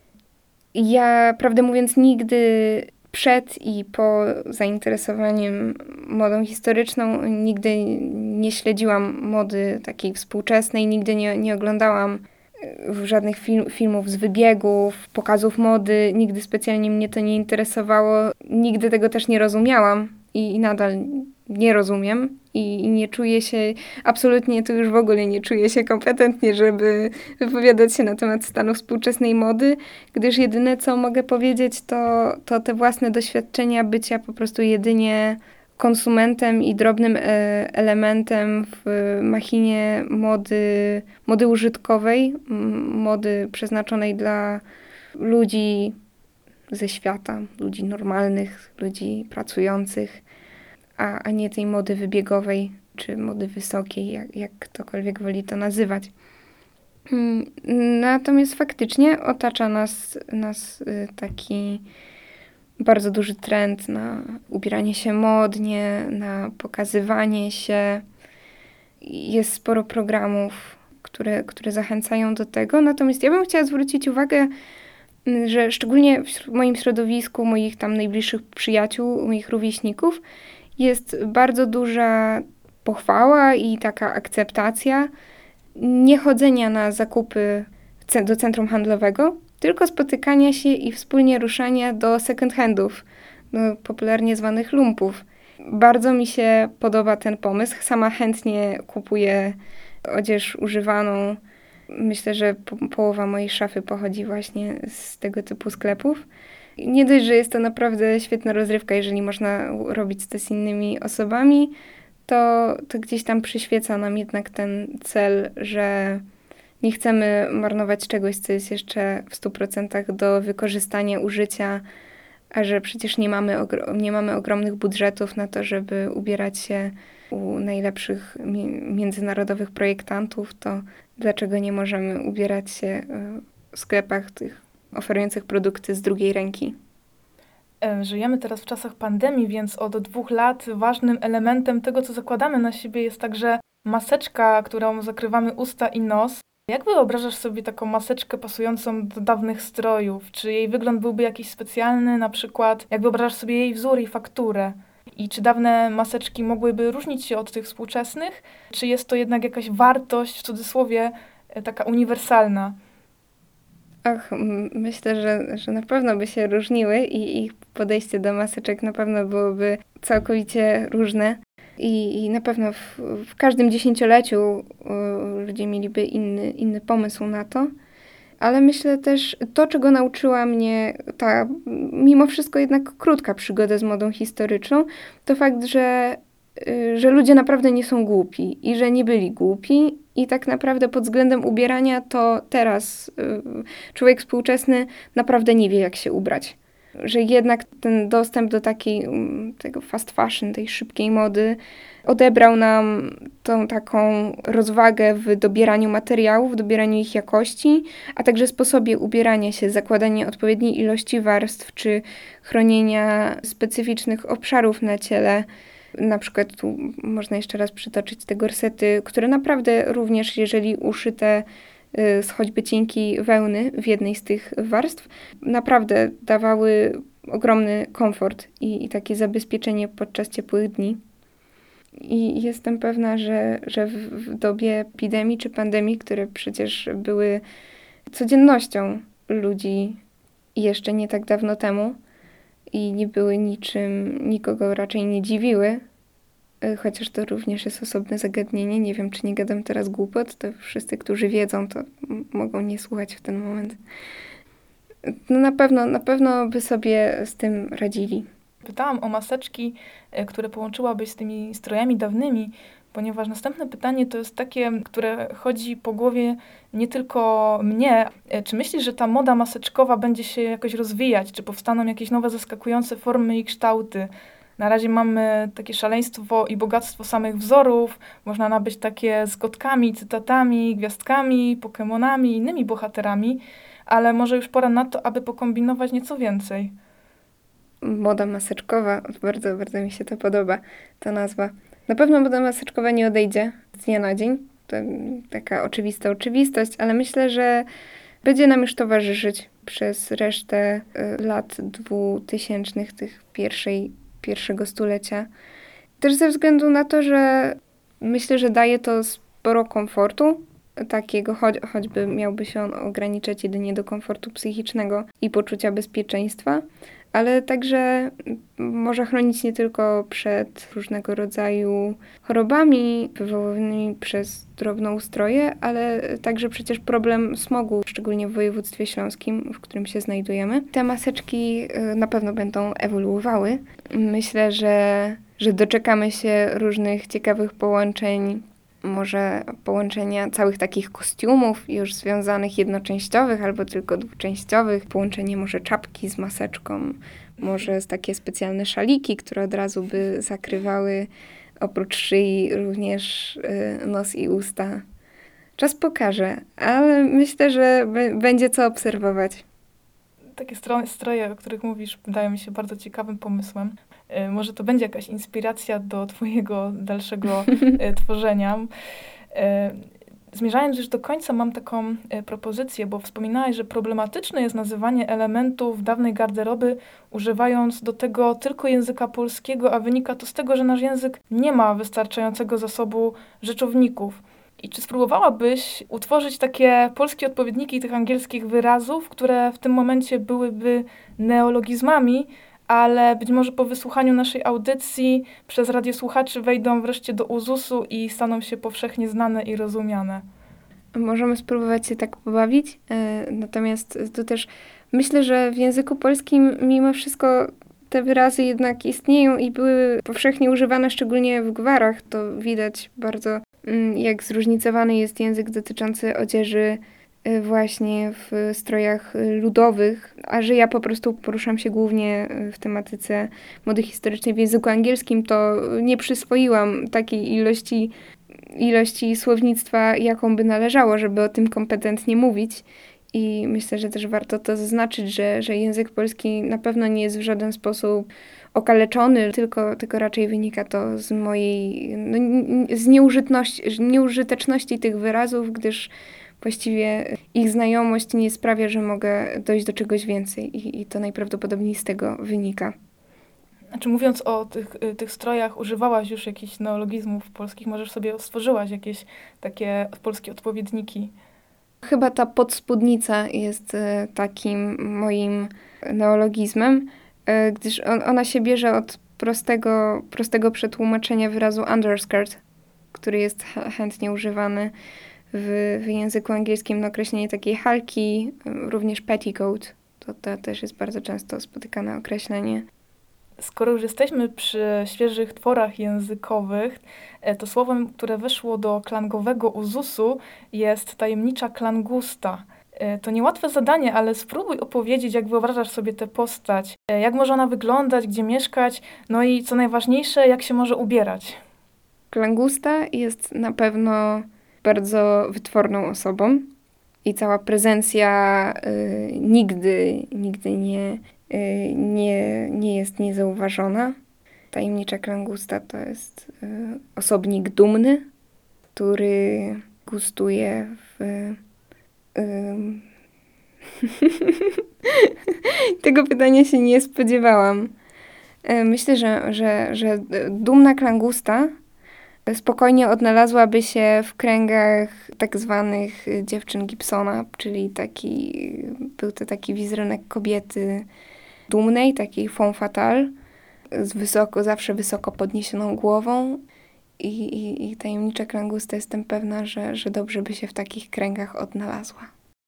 Ja, prawdę mówiąc, nigdy przed i po zainteresowaniem modą historyczną nigdy nie śledziłam mody takiej współczesnej, nigdy nie oglądałam żadnych filmów z wybiegów, pokazów mody, nigdy specjalnie mnie to nie interesowało, nigdy tego też nie rozumiałam i nadal nie rozumiem. I nie czuję się, absolutnie tu już w ogóle nie czuję się kompetentnie, żeby wypowiadać się na temat stanu współczesnej mody, gdyż jedyne, co mogę powiedzieć, to te własne doświadczenia bycia po prostu jedynie konsumentem i drobnym elementem w machinie mody użytkowej, mody przeznaczonej dla ludzi ze świata, ludzi normalnych, ludzi pracujących, a nie tej mody wybiegowej czy mody wysokiej, jak ktokolwiek woli to nazywać. Natomiast faktycznie otacza nas taki bardzo duży trend na ubieranie się modnie, na pokazywanie się. Jest sporo programów, które zachęcają do tego. Natomiast ja bym chciała zwrócić uwagę, że szczególnie w moim środowisku, moich tam najbliższych przyjaciół, moich rówieśników, jest bardzo duża pochwała i taka akceptacja niechodzenia na zakupy do centrum handlowego, tylko spotykania się i wspólnie ruszania do second handów, popularnie zwanych lumpów. Bardzo mi się podoba ten pomysł. Sama chętnie kupuję odzież używaną. Myślę, że połowa mojej szafy pochodzi właśnie z tego typu sklepów. Nie dość, że jest to naprawdę świetna rozrywka, jeżeli można robić to z innymi osobami, to gdzieś tam przyświeca nam jednak ten cel, że nie chcemy marnować czegoś, co jest jeszcze w 100% do wykorzystania, użycia, a że przecież nie mamy ogromnych budżetów na to, żeby ubierać się u najlepszych międzynarodowych projektantów, to dlaczego nie możemy ubierać się w sklepach tych oferujących produkty z drugiej ręki? Żyjemy teraz w czasach pandemii, więc od 2 lat ważnym elementem tego, co zakładamy na siebie, jest także maseczka, którą zakrywamy usta i nos. Jak wyobrażasz sobie taką maseczkę pasującą do dawnych strojów? Czy jej wygląd byłby jakiś specjalny, na przykład jak wyobrażasz sobie jej wzór i fakturę? I czy dawne maseczki mogłyby różnić się od tych współczesnych? Czy jest to jednak jakaś wartość, w cudzysłowie, taka uniwersalna? Myślę, że na pewno by się różniły i ich podejście do maseczek na pewno byłoby całkowicie różne. I na pewno w każdym dziesięcioleciu ludzie mieliby inny pomysł na to. Ale myślę też, to czego nauczyła mnie ta mimo wszystko jednak krótka przygoda z modą historyczną, to fakt, że ludzie naprawdę nie są głupi i że nie byli głupi i tak naprawdę pod względem ubierania to teraz człowiek współczesny naprawdę nie wie, jak się ubrać. Że jednak ten dostęp do tego fast fashion, tej szybkiej mody odebrał nam tą taką rozwagę w dobieraniu materiałów, w dobieraniu ich jakości, a także sposobie ubierania się, zakładania odpowiedniej ilości warstw czy chronienia specyficznych obszarów na ciele. Na przykład tu można jeszcze raz przytoczyć te gorsety, które naprawdę również, jeżeli uszyte z choćby cienkiej wełny w jednej z tych warstw, naprawdę dawały ogromny komfort i takie zabezpieczenie podczas ciepłych dni. I jestem pewna, że w dobie epidemii czy pandemii, które przecież były codziennością ludzi jeszcze nie tak dawno temu i nie były nikogo raczej nie dziwiły, chociaż to również jest osobne zagadnienie. Nie wiem, czy nie gadam teraz głupot, to wszyscy, którzy wiedzą, to mogą nie słuchać w ten moment. No na pewno by sobie z tym radzili. Pytałam o maseczki, które połączyłabyś z tymi strojami dawnymi, ponieważ następne pytanie to jest takie, które chodzi po głowie nie tylko mnie. Czy myślisz, że ta moda maseczkowa będzie się jakoś rozwijać? Czy powstaną jakieś nowe, zaskakujące formy i kształty? Na razie mamy takie szaleństwo i bogactwo samych wzorów. Można nabyć takie z kotkami, cytatami, gwiazdkami, pokemonami, innymi bohaterami, ale może już pora na to, aby pokombinować nieco więcej. Moda maseczkowa, bardzo, bardzo mi się to podoba, ta nazwa. Na pewno moda maseczkowa nie odejdzie z dnia na dzień. To taka oczywista oczywistość, ale myślę, że będzie nam już towarzyszyć przez resztę lat 2000, tych pierwszego stulecia. Też ze względu na to, że myślę, że daje to sporo komfortu, takiego, choćby miałby się on ograniczać jedynie do komfortu psychicznego i poczucia bezpieczeństwa, ale także może chronić nie tylko przed różnego rodzaju chorobami wywołanymi przez drobnoustroje, ale także przecież problem smogu, szczególnie w województwie śląskim, w którym się znajdujemy. Te maseczki na pewno będą ewoluowały. Myślę, że doczekamy się różnych ciekawych połączeń, może połączenia całych takich kostiumów już związanych jednoczęściowych albo tylko dwuczęściowych, połączenie może czapki z maseczką, może takie specjalne szaliki, które od razu by zakrywały oprócz szyi również nos i usta. Czas pokaże, ale myślę, że będzie co obserwować. Takie stroje, o których mówisz, wydają mi się bardzo ciekawym pomysłem. Może to będzie jakaś inspiracja do twojego dalszego tworzenia. Zmierzając już do końca, mam taką propozycję, bo wspominałaś, że problematyczne jest nazywanie elementów dawnej garderoby, używając do tego tylko języka polskiego, a wynika to z tego, że nasz język nie ma wystarczającego zasobu rzeczowników. I czy spróbowałabyś utworzyć takie polskie odpowiedniki tych angielskich wyrazów, które w tym momencie byłyby neologizmami, ale być może po wysłuchaniu naszej audycji przez radiosłuchaczy wejdą wreszcie do uzusu i staną się powszechnie znane i rozumiane? Możemy spróbować się tak pobawić, natomiast tu też myślę, że w języku polskim mimo wszystko te wyrazy jednak istnieją i były powszechnie używane, szczególnie w gwarach. To widać bardzo, jak zróżnicowany jest język dotyczący odzieży właśnie w strojach ludowych, a że ja po prostu poruszam się głównie w tematyce mody historycznej w języku angielskim, to nie przyswoiłam takiej ilości słownictwa, jaką by należało, żeby o tym kompetentnie mówić. I myślę, że też warto to zaznaczyć, że język polski na pewno nie jest w żaden sposób okaleczony, tylko raczej wynika to z mojej z nieużyteczności tych wyrazów, gdyż właściwie ich znajomość nie sprawia, że mogę dojść do czegoś więcej i to najprawdopodobniej z tego wynika. Znaczy, mówiąc o tych strojach, używałaś już jakichś neologizmów polskich, możesz sobie stworzyłaś jakieś takie polskie odpowiedniki? Chyba ta podspódnica jest takim moim neologizmem, gdyż ona się bierze od prostego przetłumaczenia wyrazu underskirt, który jest chętnie używany w języku angielskim na określenie takiej halki, również petticoat. To też jest bardzo często spotykane określenie. Skoro już jesteśmy przy świeżych tworach językowych, to słowem, które weszło do klangowego uzusu, jest tajemnicza klangusta. To niełatwe zadanie, ale spróbuj opowiedzieć, jak wyobrażasz sobie tę postać, jak może ona wyglądać, gdzie mieszkać, no i co najważniejsze, jak się może ubierać. Klangusta jest na pewno bardzo wytworną osobą i cała prezencja nigdy nie jest niezauważona. Tajemnicza klangusta to jest osobnik dumny, który gustuje w... Tego pytania się nie spodziewałam. Myślę, że dumna klangusta spokojnie odnalazłaby się w kręgach tak zwanych dziewczyn Gibsona, czyli był to taki wizerunek kobiety dumnej, takiej femme fatale, zawsze wysoko podniesioną głową i tajemnicza klangusta, jestem pewna, że dobrze by się w takich kręgach odnalazła.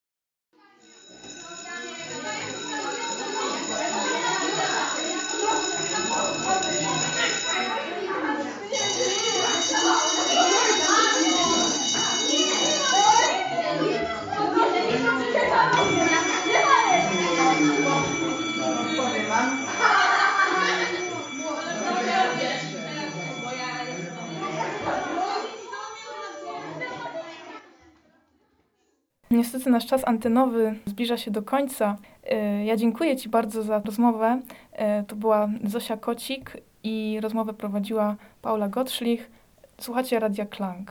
Niestety nasz czas antenowy zbliża się do końca. Ja dziękuję Ci bardzo za rozmowę. To była Zosia Kocik i rozmowę prowadziła Paula Gottschlich. Słuchacie Radia Klang.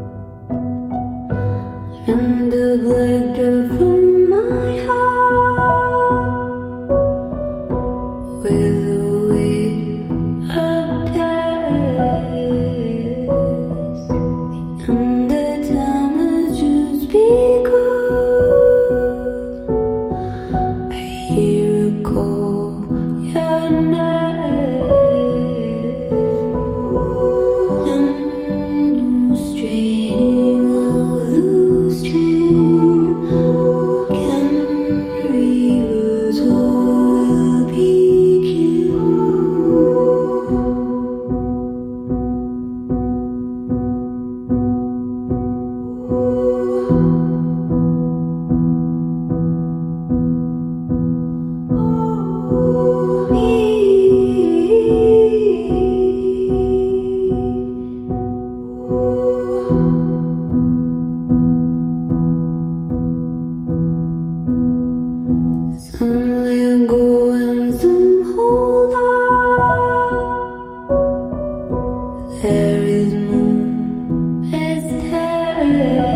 And the glitter from my heart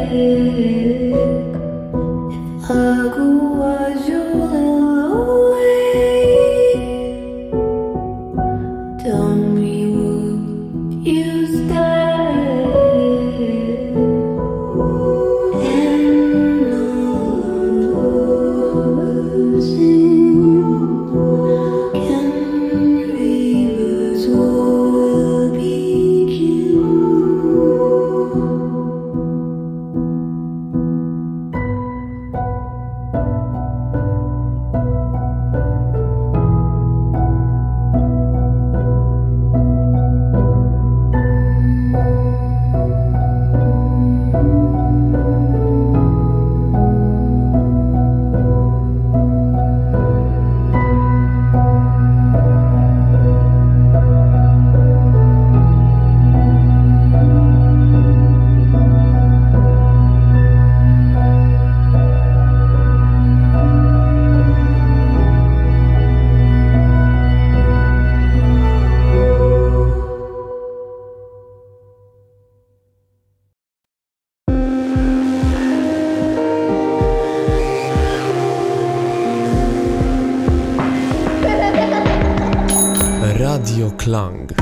Radio Klang.